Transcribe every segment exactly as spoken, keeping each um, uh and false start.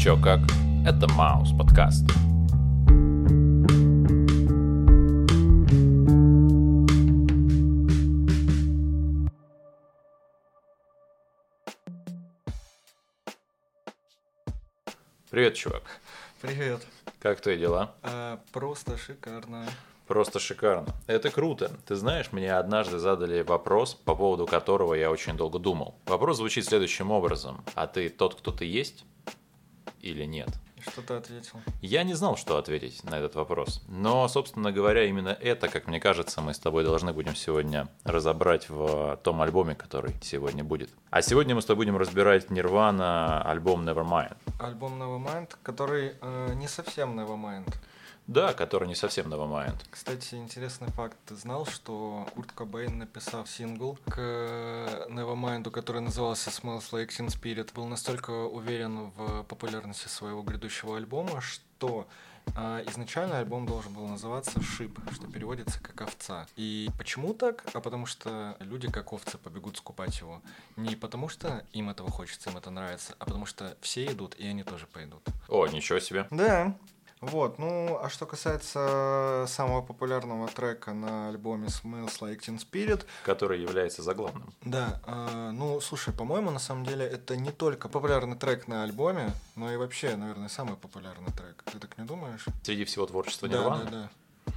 Еще как. Это Маус подкаст. Привет, чувак. Привет. Как твои дела? А, просто шикарно. Просто шикарно. Это круто. Ты знаешь, мне однажды задали вопрос, по поводу которого я очень долго думал. Вопрос звучит следующим образом. А ты тот, кто ты есть? Или нет? Что ты ответил? Я не знал, что ответить на этот вопрос. Но, собственно говоря, именно это, как мне кажется, мы с тобой должны будем сегодня разобрать в том альбоме, который сегодня будет. А сегодня мы с тобой будем разбирать Nirvana альбом Nevermind. Альбом Nevermind, который э, не совсем Nevermind. Да, который не совсем Nevermind. Кстати, интересный факт. Ты знал, что Курт Кобейн, написав сингл к Nevermind, который назывался Smells Like Teen Spirit, был настолько уверен в популярности своего грядущего альбома, что э, изначально альбом должен был называться «Шип», что переводится как «овца». И почему так? А потому что люди, как овцы, побегут скупать его. Не потому что им этого хочется, им это нравится, а потому что все идут, и они тоже пойдут. О, ничего себе. Да. Вот, ну, а что касается самого популярного трека на альбоме Smells Like Teen Spirit, который является заглавным. Да, э, ну, слушай, по-моему, на самом деле это не только популярный трек на альбоме, но и вообще, наверное, самый популярный трек. Ты так не думаешь? Среди всего творчества Да, Nirvana? да, да.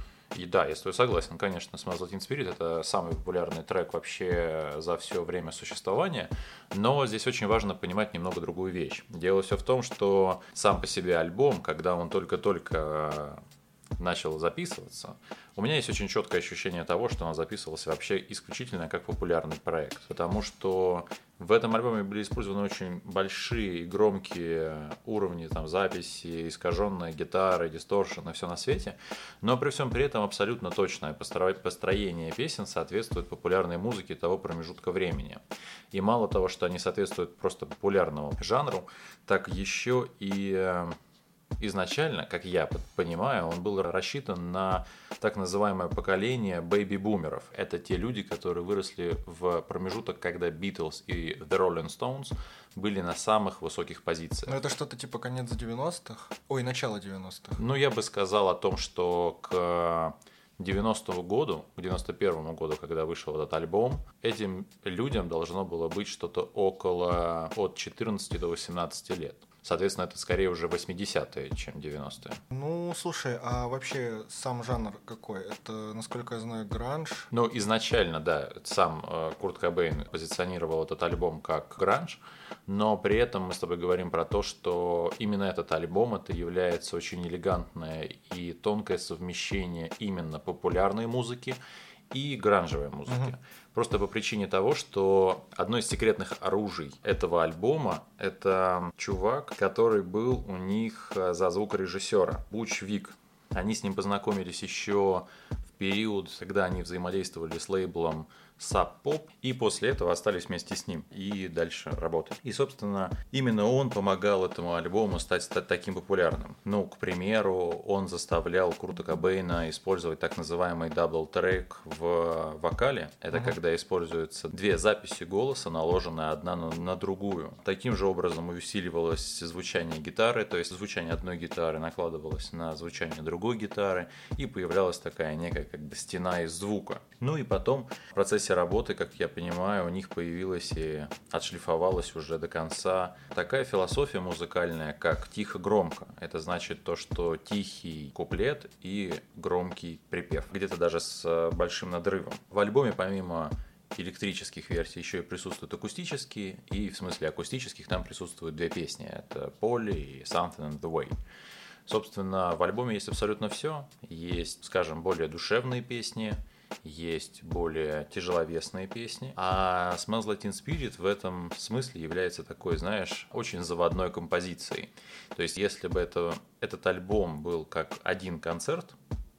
И да, я с тобой согласен, конечно, Smells Like Teen Spirit — это самый популярный трек вообще за все время существования, но здесь очень важно понимать немного другую вещь. Дело все в том, что сам по себе альбом, когда он только-только начал записываться, у меня есть очень четкое ощущение того, что он записывался вообще исключительно как популярный проект, потому что в этом альбоме были использованы очень большие и громкие уровни там, записи, искаженные гитары, дисторшн, все на свете, но при всем при этом абсолютно точное построение песен соответствует популярной музыке того промежутка времени. И мало того, что они соответствуют просто популярному жанру, так еще и изначально, как я понимаю, он был рассчитан на так называемое поколение бэйби-бумеров. Это те люди, которые выросли в промежуток, когда Beatles и The Rolling Stones были на самых высоких позициях. Ну, это что-то типа конец девяностых? Ой, начало девяностых. Ну, я бы сказал о том, что к девяностому году, к девяносто первому году, когда вышел этот альбом, этим людям должно было быть что-то около от четырнадцати до восемнадцати лет. Соответственно, это скорее уже восьмидесятые, чем девяностые. Ну, слушай, а вообще сам жанр какой? Это, насколько я знаю, гранж? Ну, изначально, да, сам э, Курт Кобейн позиционировал этот альбом как гранж, но при этом мы с тобой говорим про то, что именно этот альбом, это является очень элегантное и тонкое совмещение именно популярной музыки и гранжевой музыки. Uh-huh. Просто по причине того, что одно из секретных оружий этого альбома — это чувак, который был у них за звукорежиссера, Буч Вик. Они с ним познакомились еще в период, когда они взаимодействовали с лейблом Sub Pop, и после этого остались вместе с ним и дальше работать. И, собственно, именно он помогал этому альбому стать, стать таким популярным. Ну, к примеру, он заставлял Курта Кобейна использовать так называемый дабл-трек в вокале. Это uh-huh. когда используются две записи голоса, наложенные одна на, на другую. Таким же образом усиливалось звучание гитары, то есть звучание одной гитары накладывалось на звучание другой гитары, и появлялась такая некая как бы стена из звука. Ну и потом в процессе работы, как я понимаю, у них появилась и отшлифовалась уже до конца такая философия музыкальная, как тихо-громко. Это значит то, что тихий куплет и громкий припев, где-то даже с большим надрывом. В альбоме помимо электрических версий еще и присутствуют акустические, и в смысле акустических там присутствуют две песни. Это Polly и Something in the Way. Собственно, в альбоме есть абсолютно все. Есть, скажем, более душевные песни, есть более тяжеловесные песни, а Smells Like Teen Spirit в этом смысле является такой, знаешь, очень заводной композицией. То есть, если бы это, этот альбом был как один концерт,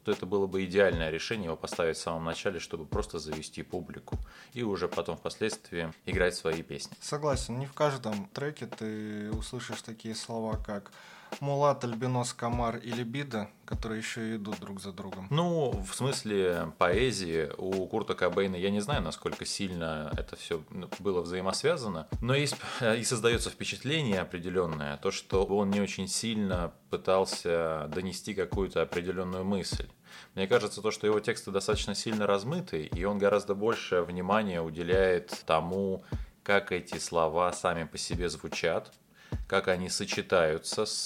то это было бы идеальное решение его поставить в самом начале, чтобы просто завести публику и уже потом впоследствии играть свои песни. Согласен, не в каждом треке ты услышишь такие слова, как Мулат, Альбинос, Комар или Бида, которые еще и идут друг за другом. Ну, в смысле поэзии у Курта Кобейна, я не знаю, насколько сильно это все было взаимосвязано, но есть и создается впечатление определенное, то, что он не очень сильно пытался донести какую-то определенную мысль. Мне кажется, то, что его тексты достаточно сильно размыты, и он гораздо больше внимания уделяет тому, как эти слова сами по себе звучат, как они сочетаются с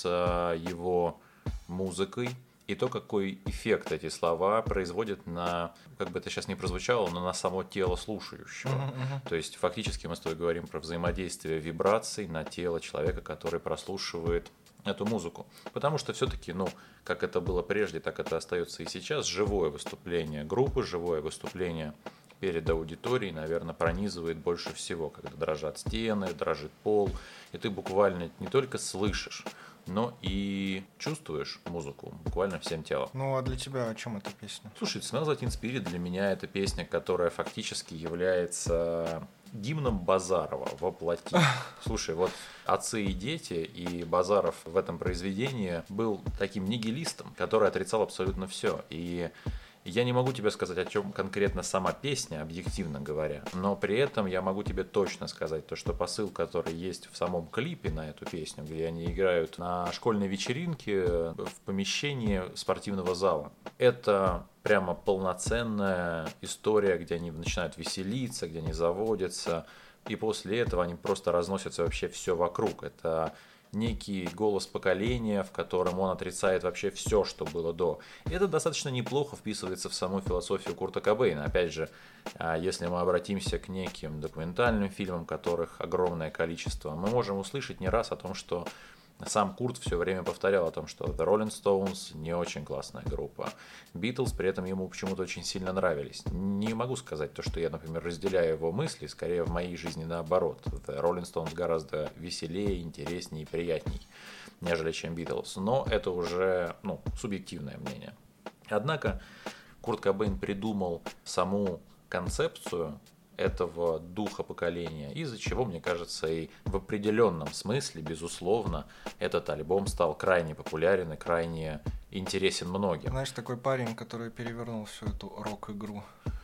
его музыкой, и то, какой эффект эти слова производят на, как бы это сейчас не прозвучало, но на само тело слушающего. Uh-huh, uh-huh. То есть фактически мы с тобой говорим про взаимодействие вибраций на тело человека, который прослушивает эту музыку. Потому что все-таки, ну, как это было прежде, так это остается и сейчас. Живое выступление группы, живое выступление перед аудиторией, наверное, пронизывает больше всего, когда дрожат стены, дрожит пол, и ты буквально не только слышишь, но и чувствуешь музыку буквально всем телом. Ну а для тебя о чем эта песня? Слушай, Smells Like Teen Spirit для меня это песня, которая фактически является гимном Базарова воплоти. Слушай, вот «Отцы и дети» и Базаров в этом произведении был таким нигилистом, который отрицал абсолютно все. И я не могу тебе сказать, о чем конкретно сама песня, объективно говоря, но при этом я могу тебе точно сказать, то, что посыл, который есть в самом клипе на эту песню, где они играют на школьной вечеринке в помещении спортивного зала, это прямо полноценная история, где они начинают веселиться, где они заводятся, и после этого они просто разносятся вообще все вокруг. Это некий голос поколения, в котором он отрицает вообще все, что было до. И это достаточно неплохо вписывается в саму философию Курта Кобейна. Опять же, если мы обратимся к неким документальным фильмам, которых огромное количество, мы можем услышать не раз о том, что сам Курт все время повторял о том, что The Rolling Stones не очень классная группа. Beatles при этом ему почему-то очень сильно нравились. Не могу сказать то, что я, например, разделяю его мысли, скорее в моей жизни наоборот. The Rolling Stones гораздо веселее, интереснее и приятней, нежели чем Beatles. Но это уже, ну, субъективное мнение. Однако Курт Кобейн придумал саму концепцию этого духа поколения, из-за чего, мне кажется, и в определенном смысле, безусловно, этот альбом стал крайне популярен и крайне интересен многим. Знаешь, такой парень, который перевернул всю эту рок-игру.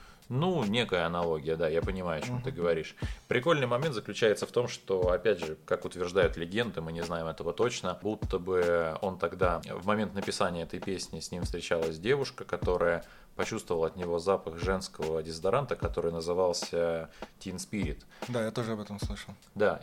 Ну, некая аналогия, да, я понимаю, о чем uh-huh. ты говоришь. Прикольный момент заключается в том, что, опять же, как утверждают легенды, мы не знаем этого точно, будто бы он тогда, в момент написания этой песни, с ним встречалась девушка, которая почувствовал от него запах женского дезодоранта, который назывался Teen Spirit. Да, я тоже об этом слышал. Да,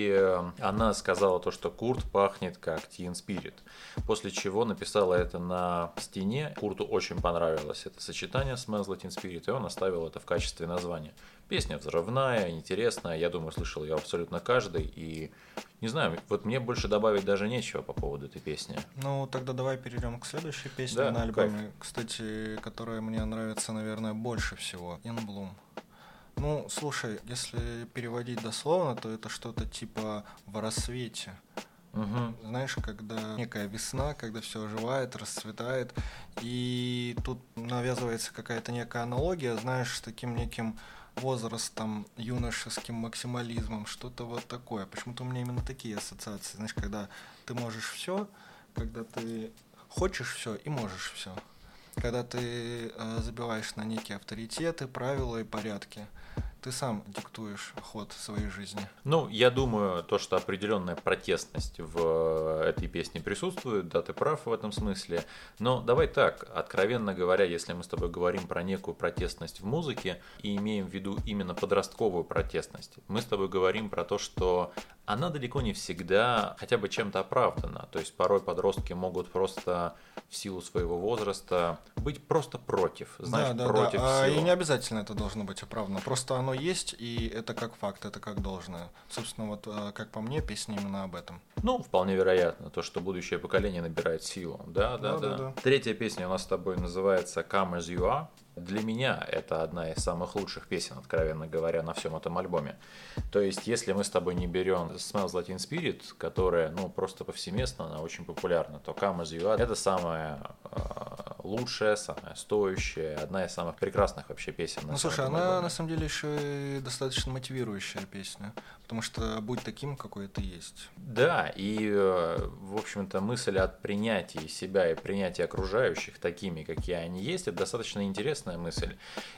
и она сказала то, что Курт пахнет как Teen Spirit, после чего написала это на стене. Курту очень понравилось это сочетание Smells Like Teen Spirit, и он оставил это в качестве названия. Песня взрывная, интересная, я думаю, слышал ее абсолютно каждый, и не знаю, вот мне больше добавить даже нечего по поводу этой песни. Ну, тогда давай перейдем к следующей песне да, на альбоме, кайф. Кстати, которая мне нравится, наверное, больше всего. In Bloom. Ну, слушай, если переводить дословно, то это что-то типа «в рассвете». Угу. Знаешь, когда некая весна, когда все оживает, расцветает, и тут навязывается какая-то некая аналогия, знаешь, с таким неким возрастом, юношеским максимализмом, что-то вот такое. Почему-то у меня именно такие ассоциации, знаешь, когда ты можешь все, когда ты хочешь все и можешь все, когда ты э, забиваешь на некие авторитеты, правила и порядки. Ты сам диктуешь ход своей жизни. Ну, я думаю, то, что определенная протестность в этой песне присутствует, да, ты прав в этом смысле. Но давай так, откровенно говоря, если мы с тобой говорим про некую протестность в музыке и имеем в виду именно подростковую протестность, мы с тобой говорим про то, что она далеко не всегда хотя бы чем-то оправдана. То есть порой подростки могут просто в силу своего возраста быть просто против, знаешь, да, да, против да. всего. И не обязательно это должно быть оправдано. Просто оно есть, и это как факт, это как должное. Собственно, вот как по мне, песня именно об этом. Ну, вполне вероятно, то, что будущее поколение набирает силу. Да, да, да. да. да, да. Третья песня у нас с тобой называется Come As You Are. Для меня это одна из самых лучших песен, откровенно говоря, на всем этом альбоме. То есть, если мы с тобой не берем Smells Like Teen Spirit, которая, ну, просто повсеместно, она очень популярна, то Come As You Are — это самая э, лучшая, самая стоящая, одна из самых прекрасных вообще песен. Ну, слушай, она на самом деле еще и достаточно мотивирующая песня, потому что будь таким, какой ты есть. Да, и, в общем-то, мысль от принятия себя и принятия окружающих такими, какие они есть, это достаточно интересная мысль.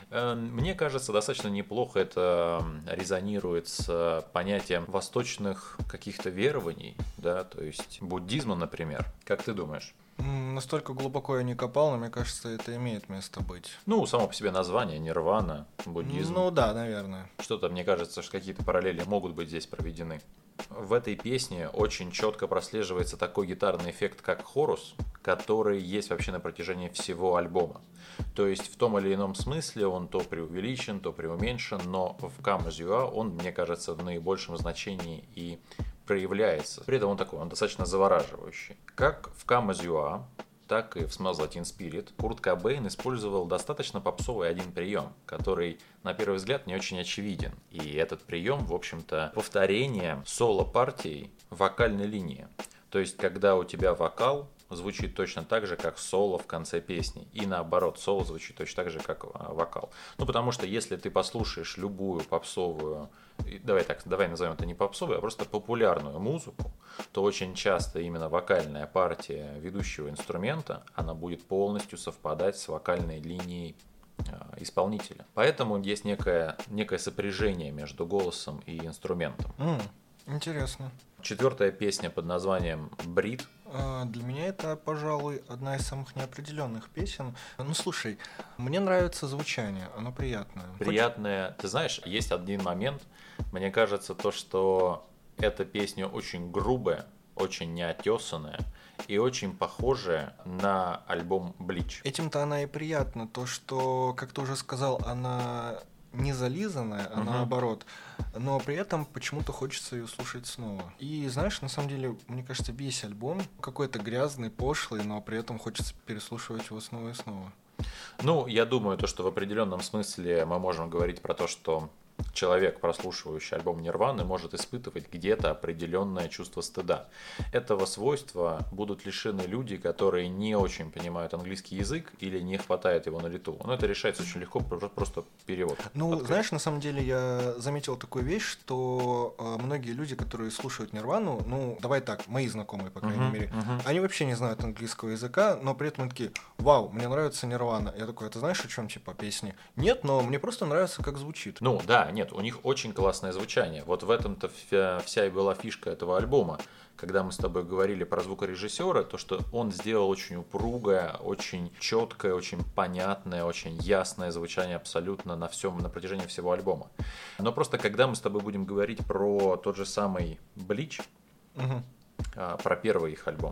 Мне кажется, достаточно неплохо это резонирует с понятием восточных каких-то верований, да, то есть буддизма, например. Как ты думаешь? Настолько глубоко я не копал, но мне кажется, это имеет место быть. Ну, само по себе название, нирвана, буддизм. Ну да, наверное. Что-то, мне кажется, что какие-то параллели могут быть здесь проведены. В этой песне очень четко прослеживается такой гитарный эффект, как хорус, который есть вообще на протяжении всего альбома. То есть в том или ином смысле он то преувеличен, то преуменьшен, но в Come As You Are он, мне кажется, в наибольшем значении и проявляется. При этом он такой, он достаточно завораживающий. Как в Come As You Are, так и в Smells Like Teen Spirit Курт Кобейн использовал достаточно попсовый один прием, который, на первый взгляд, не очень очевиден. И этот прием, в общем-то, повторение соло-партий вокальной линии. То есть, когда у тебя вокал звучит точно так же, как соло в конце песни. И наоборот, соло звучит точно так же, как вокал. Ну, потому что если ты послушаешь любую попсовую, давай так, давай назовем это не попсовую, а просто популярную музыку, то очень часто именно вокальная партия ведущего инструмента, она будет полностью совпадать с вокальной линией исполнителя. Поэтому есть некое, некое сопряжение между голосом и инструментом. Mm, интересно. Четвертая песня под названием «Брит». Для меня это, пожалуй, одна из самых неопределенных песен. Ну, слушай, мне нравится звучание, оно приятное. Приятное. Ты знаешь, есть один момент, мне кажется, то, что эта песня очень грубая, очень неотесанная и очень похожая на альбом Bleach. Этим-то она и приятна, то, что, как ты уже сказал, она не зализанная, а uh-huh. наоборот. Но при этом почему-то хочется ее слушать снова. И знаешь, на самом деле, мне кажется, весь альбом какой-то грязный, пошлый, но при этом хочется переслушивать его снова и снова. Ну, я думаю, то, что в определенном смысле мы можем говорить про то, что человек, прослушивающий альбом Нирваны, может испытывать где-то определенное чувство стыда. Этого свойства будут лишены люди, которые не очень понимают английский язык или не хватает его на лету. Но это решается очень легко, просто перевод. Ну, открыть. Знаешь, на самом деле я заметил такую вещь, что э, многие люди, которые слушают Нирвану, ну, давай так, мои знакомые, по крайней uh-huh, мере, uh-huh. они вообще не знают английского языка, но при этом такие: вау, мне нравится Нирвана. Я такой: это знаешь, о чем типа песни? Нет, но мне просто нравится, как звучит. Ну, да. Нет, у них очень классное звучание. Вот в этом-то вся и была фишка этого альбома. Когда мы с тобой говорили про звукорежиссера, то что он сделал очень упругое, очень четкое, очень понятное, очень ясное звучание абсолютно на всем, на протяжении всего альбома. Но просто когда мы с тобой будем говорить про тот же самый Bleach, угу. про первый их альбом,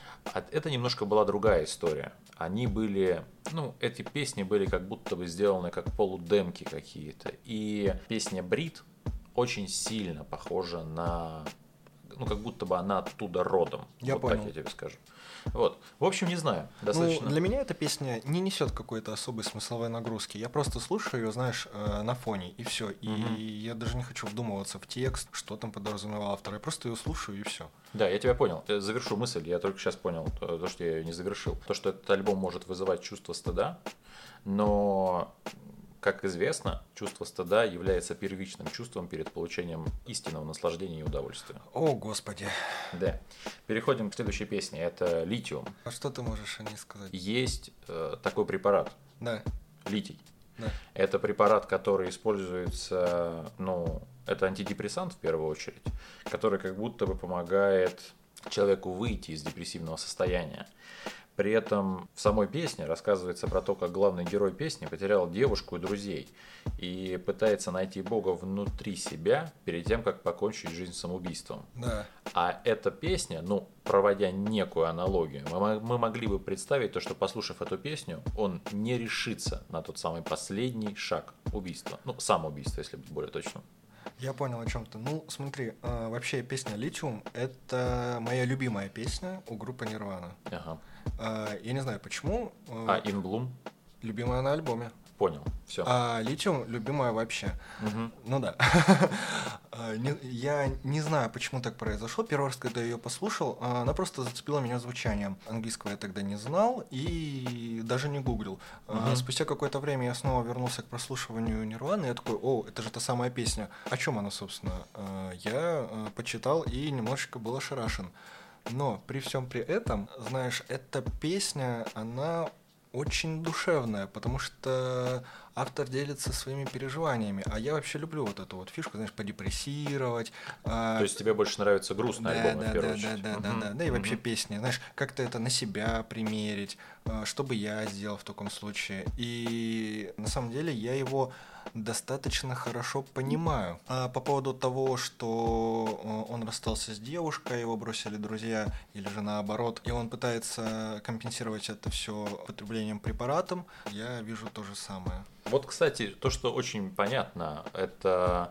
это немножко была другая история. Они были, ну, эти песни были как будто бы сделаны как полудемки какие-то. И песня «Брит» очень сильно похожа на, ну, как будто бы она оттуда родом. Я вот понял. Так я тебе скажу. Вот. В общем, не знаю. Достаточно... Ну, для меня эта песня не несет какой-то особой смысловой нагрузки. Я просто слушаю ее, знаешь, на фоне, и все. И угу. я даже не хочу вдумываться в текст, что там подразумевал автор. Я просто ее слушаю, и все. Да, я тебя понял. Я завершу мысль. Я только сейчас понял то, что я ее не завершил. То, что этот альбом может вызывать чувство стыда, но... Как известно, чувство стыда является первичным чувством перед получением истинного наслаждения и удовольствия. О, Господи. Да. Переходим к следующей песне. Это литиум. А что ты можешь о ней сказать? Есть э, такой препарат. Да. Литий. Да. Это препарат, который используется, ну, это антидепрессант в первую очередь, который как будто бы помогает человеку выйти из депрессивного состояния. При этом в самой песне рассказывается про то, как главный герой песни потерял девушку и друзей и пытается найти Бога внутри себя перед тем, как покончить жизнь самоубийством. Да. А эта песня, ну, проводя некую аналогию, мы, мы могли бы представить то, что, послушав эту песню, он не решится на тот самый последний шаг убийства. Ну, самоубийство, если быть более точным. Я понял о чем-то. Ну, смотри, э, вообще песня «Литиум» — это моя любимая песня у группы Нирвана. Ага. Э, я не знаю почему. Э, а In Bloom? Любимая на альбоме. Понял, все. А Lithium любимая вообще. Угу. Ну да. Не- Я не знаю, почему так произошло. Первый раз, когда я ее послушал, а, она просто зацепила меня звучанием. Английского я тогда не знал и даже не гуглил. А, Мгм. Спустя какое-то время я снова вернулся к прослушиванию Нирваны, и я такой, о, это же та самая песня. О чем она, собственно? А, Я а, почитал и немножечко был ошарашен. Но при всем при этом, знаешь, эта песня, она очень душевная, потому что автор делится своими переживаниями. А я вообще люблю вот эту вот фишку, знаешь, подепрессировать. а, То есть тебе больше нравятся грустные да, альбомы да, в первую да, да, очередь? да, да, Мгм. да, да, и вообще Мгм. песни, знаешь, как-то это на себя примерить, а, что бы я сделал в таком случае. И на самом деле я его достаточно хорошо понимаю. А по поводу того, что э, он расстался с девушкой, его бросили друзья, или же наоборот, и он пытается компенсировать это все употреблением препаратом, я вижу то же самое. Вот, кстати, то, что очень понятно, это,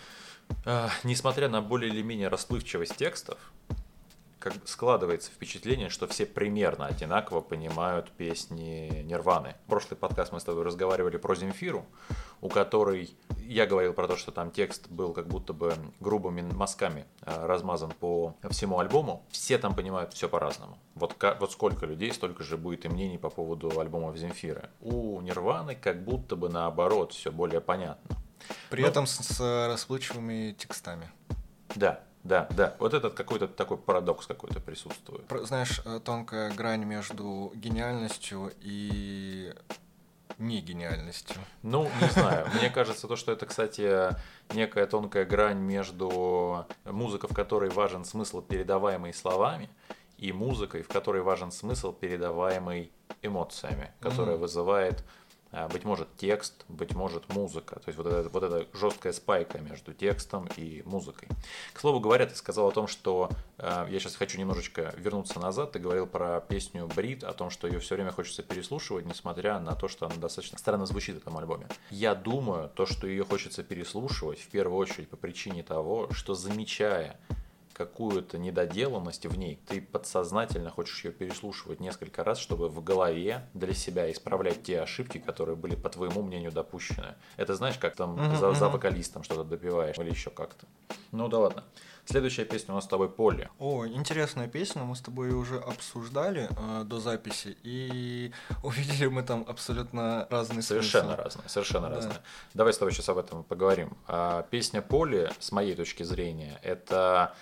э, несмотря на более или менее расплывчивость текстов, как складывается впечатление, что все примерно одинаково понимают песни Нирваны. В прошлый подкаст мы с тобой разговаривали про Земфиру, у которой я говорил про то, что там текст был как будто бы грубыми мазками э, размазан по всему альбому. Все там понимают все по-разному. Вот, ка- вот сколько людей, столько же будет и мнений по поводу альбомов Земфиры. У Нирваны как будто бы наоборот все более понятно. При Ну, этом с, с расплывчивыми текстами. Да, да, да. Вот этот какой-то такой парадокс какой-то присутствует. Про- Знаешь, э, тонкая грань между гениальностью и негениальностью. Ну, не знаю. Мне кажется, то, что это, кстати, некая тонкая грань между музыкой, в которой важен смысл, передаваемый словами, и музыкой, в которой важен смысл, передаваемый эмоциями, которая Мгм. вызывает, а, быть может, текст, быть может, музыка. То есть вот эта, вот эта жесткая спайка между текстом и музыкой. К слову говоря, ты сказал о том, что э, я сейчас хочу немножечко вернуться назад. Ты говорил про песню «Брит», о том, что ее все время хочется переслушивать, несмотря на то, что она достаточно странно звучит в этом альбоме. Я думаю, то, что ее хочется переслушивать, в первую очередь по причине того, что, замечая какую-то недоделанность в ней, ты подсознательно хочешь ее переслушивать несколько раз, чтобы в голове для себя исправлять те ошибки, которые были, по твоему мнению, допущены. Это знаешь, как там Мгм, за, за мгм. вокалистом что-то допиваешь или еще как-то. Ну да ладно. Следующая песня у нас с тобой «Поле». О, интересная песня, мы с тобой ее уже обсуждали э, до записи, и увидели мы там абсолютно разный Совершенно смысл. разная, совершенно Да. разная. Давай с тобой сейчас об этом поговорим. А, песня «Поле», с моей точки зрения, это,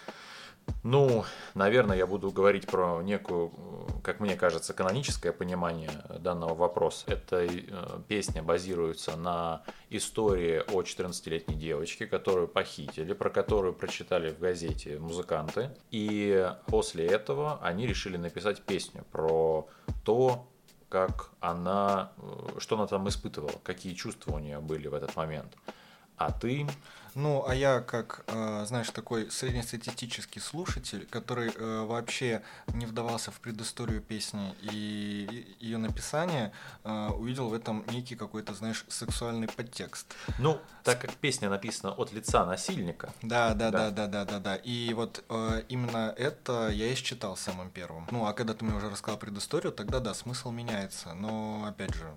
ну, наверное, я буду говорить про некую, э, как мне кажется, каноническое понимание данного вопроса. Эта э, песня базируется на истории о четырнадцатилетней девочке, которую похитили, про которую прочитали в газете музыканты. И после этого они решили написать песню про то, как она, э, что она там испытывала, какие чувства у нее были в этот момент. А ты, Ну, а я, как, э, знаешь, такой среднестатистический слушатель, который э, вообще не вдавался в предысторию песни и ее написания, э, увидел в этом некий какой-то, знаешь, сексуальный подтекст. ну, так как песня написана от лица насильника, Да, да, Да. да, да, да, да, да. И вот э, именно это я и считал самым первым. Ну, а когда ты мне уже рассказал предысторию, тогда да, смысл меняется. Но опять же,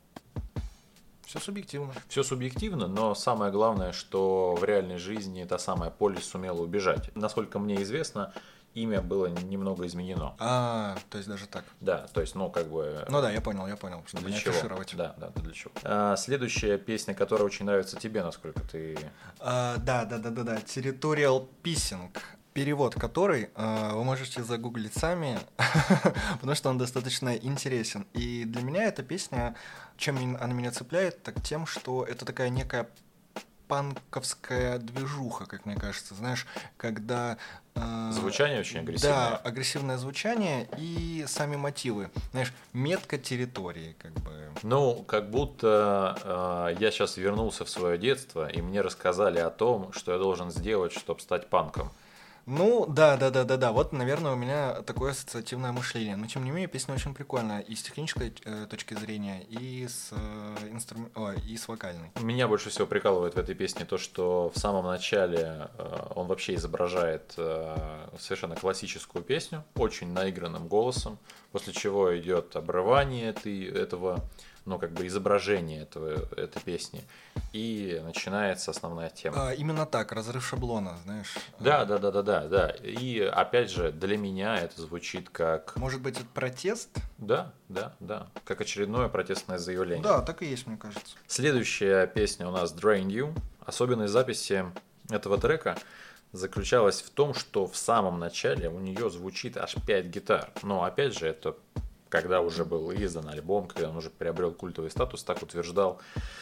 все субъективно. все субъективно, но самое главное, что в реальной жизни та самая Полли сумела убежать. Насколько мне известно, имя было немного изменено. А, то есть даже так. Да, то есть, ну, как бы... Ну да, я понял, я понял, чтобы Для не чего? афишировать. Да, да, для чего. А, следующая песня, которая очень нравится тебе, насколько ты... А, да, да, да, да, да. Territorial Pissing. Перевод который э, вы можете загуглить сами, потому что он достаточно интересен. И для меня эта песня, чем ин- она меня цепляет, так тем, что это такая некая панковская движуха, как мне кажется, знаешь, когда... э, Звучание очень агрессивное. Да, агрессивное звучание и сами мотивы. Знаешь, метка территории, как бы. Ну, как будто э, я сейчас вернулся в свое детство, и мне рассказали о том, что я должен сделать, чтобы стать панком. Ну, да, да, да, да, да. Вот, наверное, у меня такое ассоциативное мышление. Но тем не менее, песня очень прикольная и с технической э, точки зрения, и с э, инстру... Ой, и с вокальной. Меня больше всего прикалывает в этой песне то, что в самом начале э, он вообще изображает э, совершенно классическую песню, очень наигранным голосом, после чего идет обрывание ты, этого ну, как бы изображение этого, этой песни, и начинается основная тема. А, именно так, разрыв шаблона, знаешь. Да, да, да, да, да, да. И опять же, для меня это звучит как... Может быть, это протест? Да, да, да. Как очередное протестное заявление. Да, так и есть, мне кажется. Следующая песня у нас Drain You. Особенность записи этого трека заключалась в том, что в самом начале у нее звучит аж пять гитар. Но опять же, это когда уже был издан альбом, когда он уже приобрел культовый статус, так утверждал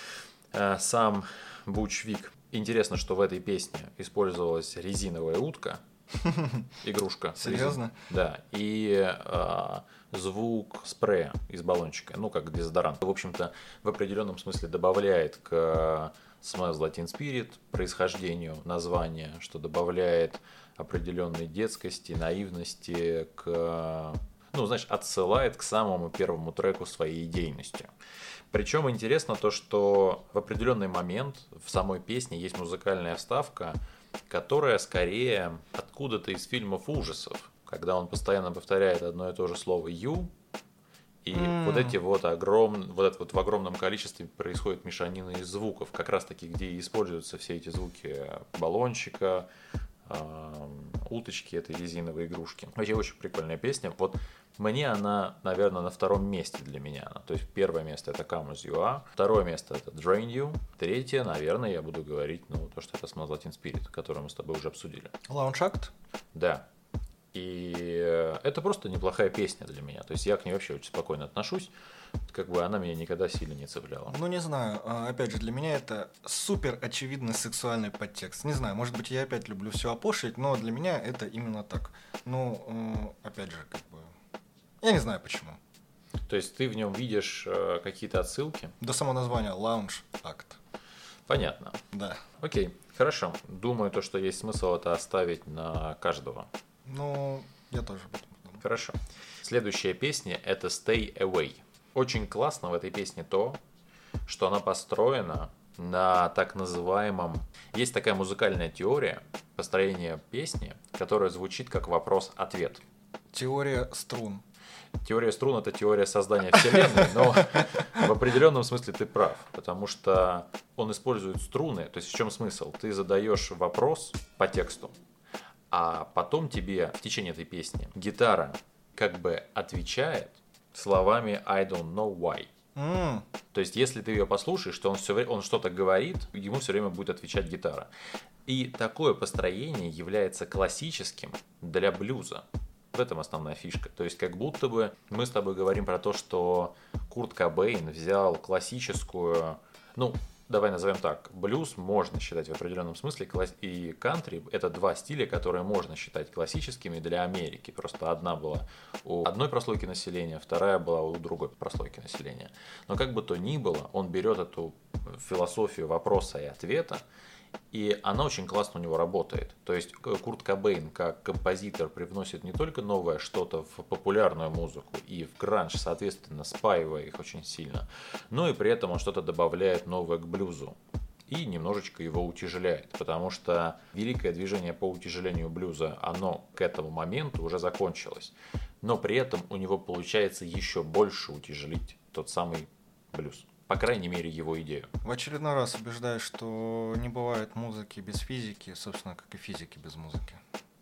э, сам Буч Вик. Интересно, что в этой песне использовалась резиновая утка, игрушка. Серьезно? Резин... Да, и э, звук спрея из баллончика, ну, как дезодорант. В общем-то, в определенном смысле добавляет к Smells Like Teen Spirit происхождению названия, что добавляет определенной детскости, наивности, к... ну, знаешь, отсылает к самому первому треку своей идейностью. Причем интересно то, что в определенный момент в самой песне есть музыкальная вставка, которая скорее откуда-то из фильмов ужасов, когда он постоянно повторяет одно и то же слово «you», и mm. вот эти вот огромные, вот это вот в огромном количестве происходит мешанина из звуков, как раз таки, где используются все эти звуки баллончика, э, уточки, этой резиновой игрушки. Вообще очень прикольная песня. Вот мне она, наверное, на втором месте для меня. То есть первое место это Come As You Are, второе место это Drain You, третье, наверное, я буду говорить, ну, то, что это Smells Like Teen Spirit, которую мы с тобой уже обсудили. Lounge Act? Да. И это просто неплохая песня для меня. То есть я к ней вообще очень спокойно отношусь. Как бы она меня никогда сильно не цепляла. Ну, не знаю. Опять же, для меня это супер очевидный сексуальный подтекст. Не знаю, может быть, я опять люблю все опошлить, но для меня это именно так. Ну, опять же, как бы... Я не знаю почему. То есть ты в нем видишь э, какие-то отсылки? До самого названия Lounge Act. Понятно. Да. Окей, хорошо. Думаю, то, что есть смысл это оставить на каждого. Ну, я тоже об этом думаю. Хорошо. Следующая песня это Stay Away. Очень классно в этой песне то, что она построена на так называемом... Есть такая музыкальная теория построения песни, которая звучит как вопрос-ответ. Теория струн. Теория струн – это теория создания Вселенной, но в определенном смысле ты прав, потому что он использует струны. То есть в чем смысл? Ты задаешь вопрос по тексту, а потом тебе в течение этой песни гитара как бы отвечает словами I don't know why. Mm. То есть если ты ее послушаешь, то он, все, время- он что-то говорит, ему все время будет отвечать гитара. И такое построение является классическим для блюза. В этом основная фишка. То есть как будто бы мы с тобой говорим про то, что Курт Кобейн взял классическую, ну, давай назовем так, блюз можно считать в определенном смысле, и кантри – это два стиля, которые можно считать классическими для Америки. Просто одна была у одной прослойки населения, вторая была у другой прослойки населения. Но как бы то ни было, он берет эту философию вопроса и ответа, и она очень классно у него работает. То есть Курт Кобейн как композитор привносит не только новое что-то в популярную музыку и в гранж, соответственно, спаивая их очень сильно, но и при этом он что-то добавляет новое к блюзу и немножечко его утяжеляет, потому что великое движение по утяжелению блюза, оно к этому моменту уже закончилось, но при этом у него получается еще больше утяжелить тот самый блюз. По крайней мере, его идею. В очередной раз убеждаюсь, что не бывает музыки без физики, собственно, как и физики без музыки.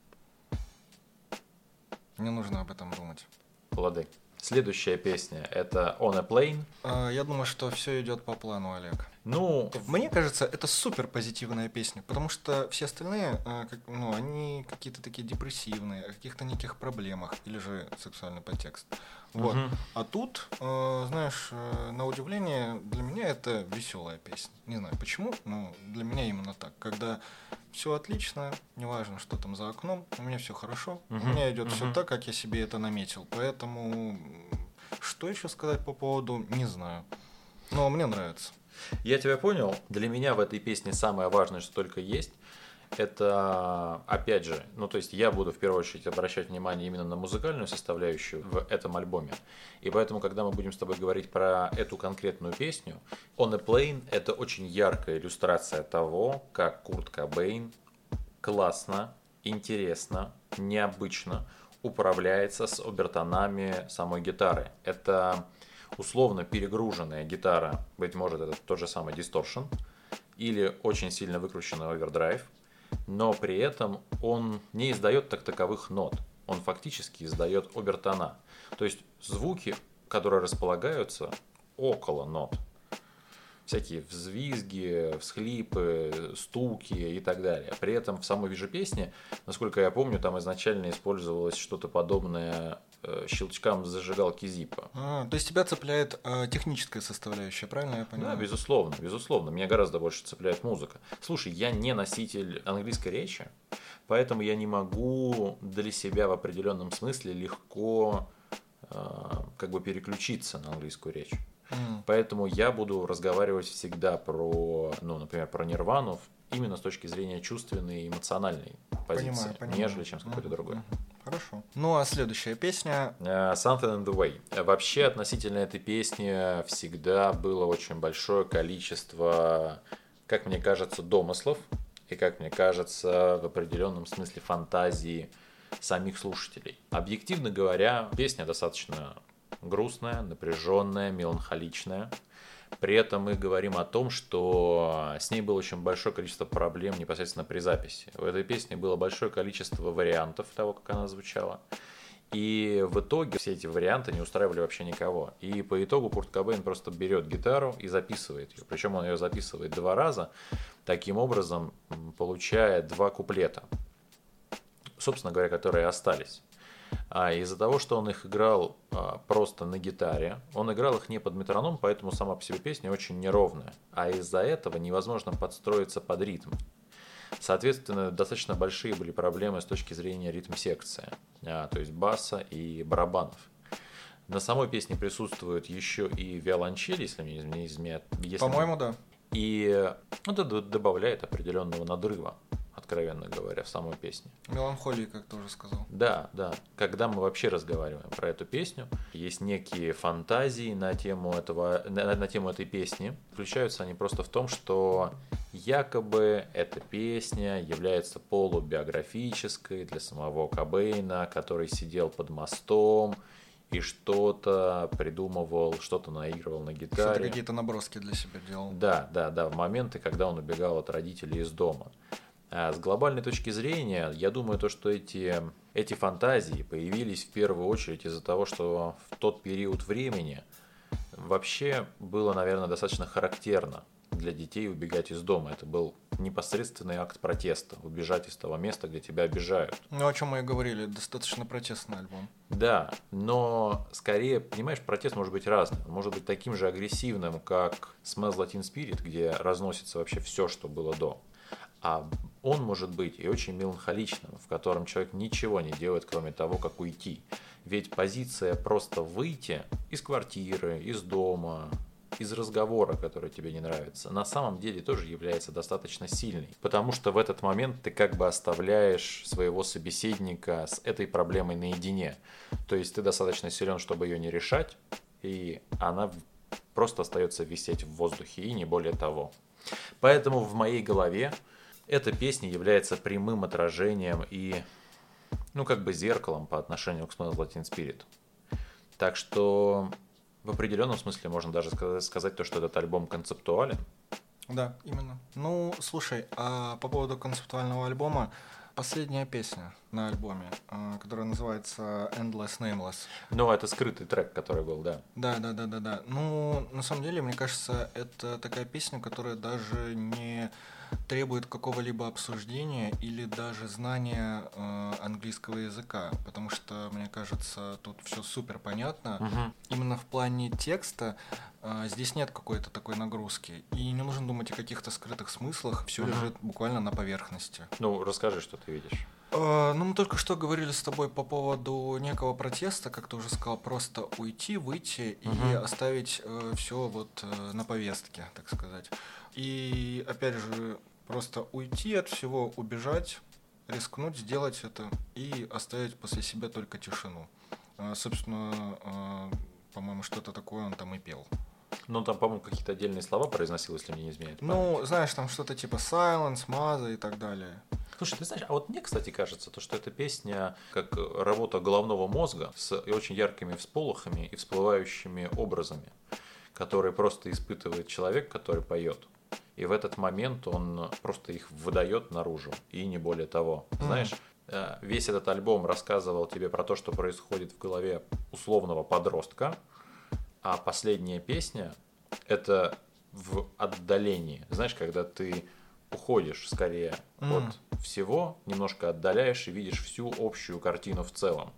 Не нужно об этом думать. Лады. Следующая песня это On a Plane. А, я думаю, что все идет по плану, Олег. Ну, мне кажется, это супер позитивная песня, потому что все остальные, а, как, ну, они какие-то такие депрессивные, о каких-то неких проблемах или же сексуальный подтекст. Вот. Uh-huh. А тут, э, знаешь, э, на удивление, для меня это веселая песня. Не знаю почему, но для меня именно так. Когда все отлично, неважно, что там за окном, у меня все хорошо, uh-huh. у меня идет uh-huh. все так, как я себе это наметил. Поэтому, что еще сказать по поводу, не знаю. Но мне нравится. Я тебя понял. Для меня в этой песне самое важное, что только есть, это, опять же, ну то есть я буду в первую очередь обращать внимание именно на музыкальную составляющую в этом альбоме. И поэтому, когда мы будем с тобой говорить про эту конкретную песню, On a Plane — это очень яркая иллюстрация того, как Курт Кобейн классно, интересно, необычно управляется с обертонами самой гитары. Это условно перегруженная гитара, быть может, это тот же самый дисторшн, или очень сильно выкрученный овердрайв, но при этом он не издает так таковых нот. Он фактически издает обертона. То есть звуки, которые располагаются около нот. Всякие взвизги, всхлипы, стуки и так далее. При этом в самой вижу песни, насколько я помню, там изначально использовалось что-то подобное э, щелчкам зажигалки Зиппо. А, то есть тебя цепляет э, техническая составляющая, правильно я понимаю? Да, безусловно, безусловно. Меня гораздо больше цепляет музыка. Слушай, я не носитель английской речи, поэтому я не могу для себя в определенном смысле легко э, как бы переключиться на английскую речь. Mm. Поэтому я буду разговаривать всегда про, ну, например, про Нирвану именно с точки зрения чувственной и эмоциональной позиции, понимаю, понимаю. нежели чем с какой-то mm-hmm. другой. Хорошо. Ну а следующая песня? Uh, Something in the Way. Вообще относительно этой песни всегда было очень большое количество, как мне кажется, домыслов и, как мне кажется, в определенном смысле фантазии самих слушателей. Объективно говоря, песня достаточно грустная, напряженная, меланхоличная. При этом мы говорим о том, что с ней было очень большое количество проблем непосредственно при записи. У этой песни было большое количество вариантов того, как она звучала. И в итоге все эти варианты не устраивали вообще никого. И по итогу Курт Кобейн просто берет гитару и записывает ее. Причем он ее записывает два раза, таким образом получая два куплета, собственно говоря, которые остались. А из-за того, что он их играл а, просто на гитаре, он играл их не под метроном, поэтому сама по себе песня очень неровная. А из-за этого невозможно подстроиться под ритм. Соответственно, достаточно большие были проблемы с точки зрения ритм-секции, а, то есть баса и барабанов. На самой песне присутствует еще и виолончель, если мне не изменяет. По-моему, да. И ну, это добавляет определенного надрыва, откровенно говоря, в самой песне. Меланхолии, как ты уже сказал. Да, да. Когда мы вообще разговариваем про эту песню, есть некие фантазии на тему, этого, на, на тему этой песни. Заключаются они просто в том, что якобы эта песня является полубиографической для самого Кобейна, который сидел под мостом и что-то придумывал, что-то наигрывал на гитаре. Что-то какие-то наброски для себя делал. Да, да, да, в моменты, когда он убегал от родителей из дома. А с глобальной точки зрения, я думаю, то, что эти, эти фантазии появились в первую очередь из-за того, что в тот период времени вообще было, наверное, достаточно характерно для детей убегать из дома. Это был непосредственный акт протеста, убежать из того места, где тебя обижают. Ну, о чем мы и говорили, достаточно протестный альбом. Да, но скорее, понимаешь, протест может быть разным. Он может быть таким же агрессивным, как Smells Like Teen Spirit, где разносится вообще все, что было до. А он может быть и очень меланхоличным, в котором человек ничего не делает, кроме того, как уйти. Ведь позиция просто выйти из квартиры, из дома, из разговора, который тебе не нравится, на самом деле тоже является достаточно сильной. Потому что в этот момент ты как бы оставляешь своего собеседника с этой проблемой наедине. То есть ты достаточно силен, чтобы ее не решать, и она просто остается висеть в воздухе, и не более того. Поэтому в моей голове эта песня является прямым отражением и, ну, как бы зеркалом по отношению к Smells Like Teen Spirit. Так что в определенном смысле можно даже сказать то, что этот альбом концептуален. Да, именно. Ну, слушай, а по поводу концептуального альбома, последняя песня на альбоме, которая называется Endless Nameless. Ну, это скрытый трек, который был, да. Да, да, да, да, да. Ну, на самом деле, мне кажется, это такая песня, которая даже не требует какого-либо обсуждения или даже знания э, английского языка, потому что, мне кажется, тут все супер понятно. Угу. Именно в плане текста э, здесь нет какой-то такой нагрузки, и не нужно думать о каких-то скрытых смыслах, все угу. лежит буквально на поверхности. Ну, расскажи, что ты видишь. Uh, ну, мы только что говорили с тобой по поводу некого протеста, как ты уже сказал, просто уйти, выйти uh-huh. и оставить uh, все вот uh, на повестке, так сказать. И, опять же, просто уйти от всего, убежать, рискнуть, сделать это и оставить после себя только тишину. Uh, собственно, uh, по-моему, что-то такое он там и пел. Ну, там, по-моему, какие-то отдельные слова произносил, если мне не изменяет память. Ну, знаешь, там что-то типа silence, маза и так далее. Слушай, ты знаешь, а вот мне, кстати, кажется, то, что эта песня как работа головного мозга с очень яркими всполохами и всплывающими образами, которые просто испытывает человек, который поет. И в этот момент он просто их выдает наружу, и не более того. Mm. Знаешь, весь этот альбом рассказывал тебе про то, что происходит в голове условного подростка, а последняя песня – это в отдалении. Знаешь, когда ты уходишь скорее mm. от всего, немножко отдаляешь и видишь всю общую картину в целом,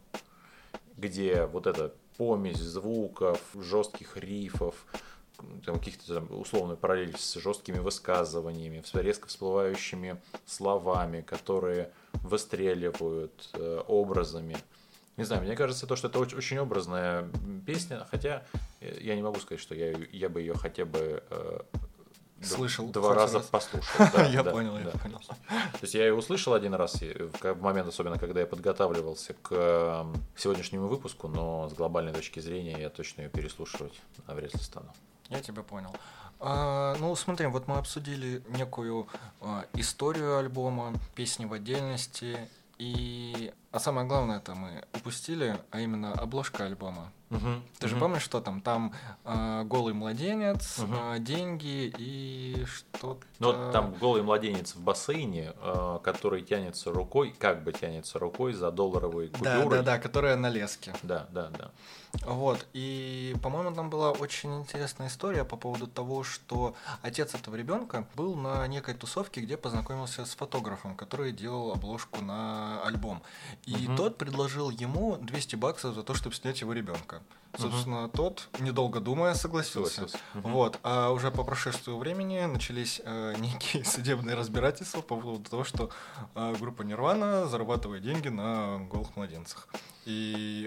где вот эта помесь звуков, жестких рифов, там, каких-то там, условно параллель с жесткими высказываниями, с резко всплывающими словами, которые выстреливают э, образами. Не знаю, мне кажется, то, что это очень, очень образная песня, хотя я не могу сказать, что я, я бы ее хотя бы э, слышал два раза раз. послушал. Да, я да, понял, да. я понял. То есть я ее услышал один раз, в момент, особенно когда я подготавливался к сегодняшнему выпуску, но с глобальной точки зрения я точно ее переслушивать навряд ли стану. Я тебя понял. А, ну, смотри, вот мы обсудили некую а, историю альбома, песни в отдельности, и... А самое главное это мы упустили, а именно обложка альбома. Uh-huh. Ты uh-huh. же помнишь, что там? Там а, голый младенец, uh-huh. а, деньги и что-то... Ну, там голый младенец в бассейне, а, который тянется рукой, как бы тянется рукой за долларовые купюры. Да-да-да, которая на леске. Да, да, да. Вот, и, по-моему, там была очень интересная история по поводу того, что отец этого ребенка был на некой тусовке, где познакомился с фотографом, который делал обложку на альбом. И угу. тот предложил ему двести баксов за то, чтобы снять его ребенка. Собственно, угу. тот, недолго думая, согласился. согласился. Угу. Вот. А уже по прошествию времени начались э, некие судебные разбирательства по поводу того, что э, группа Nirvana зарабатывает деньги на голых младенцах. И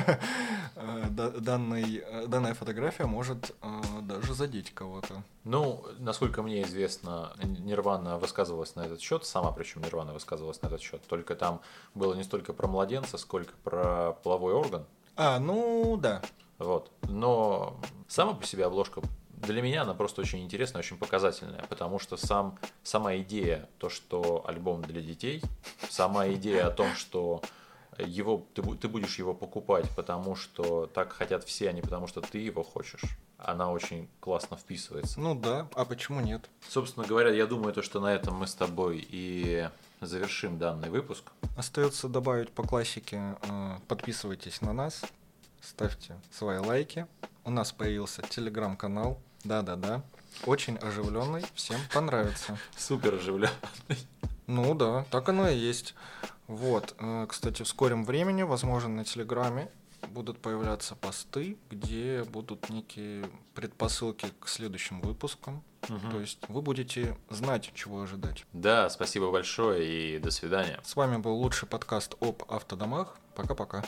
данный, данная фотография может э, даже задеть кого-то. Ну, насколько мне известно, Nirvana высказывалась на этот счет, сама причем Nirvana высказывалась на этот счет, только там было не столько про младенца, сколько про половой орган. А, ну да. Вот. Но сама по себе обложка для меня она просто очень интересная, очень показательная, потому что сам, сама идея, то, что альбом для детей, сама идея о том, что его, ты, ты будешь его покупать, потому что так хотят все, а не потому что ты его хочешь, она очень классно вписывается. Ну да, а почему нет? Собственно говоря, я думаю, то, что на этом мы с тобой и завершим данный выпуск. Остается добавить по классике, подписывайтесь на нас, ставьте свои лайки. У нас появился телеграм-канал, да-да-да, очень оживленный, всем понравится. Супер оживленный. Ну да, так оно и есть. Вот, кстати, в скором времени, возможно, на Телеграме будут появляться посты, где будут некие предпосылки к следующим выпускам. Угу. То есть вы будете знать, чего ожидать. Да, спасибо большое и до свидания. С вами был лучший подкаст об автодомах. Пока-пока.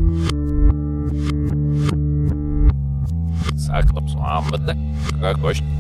Как точно.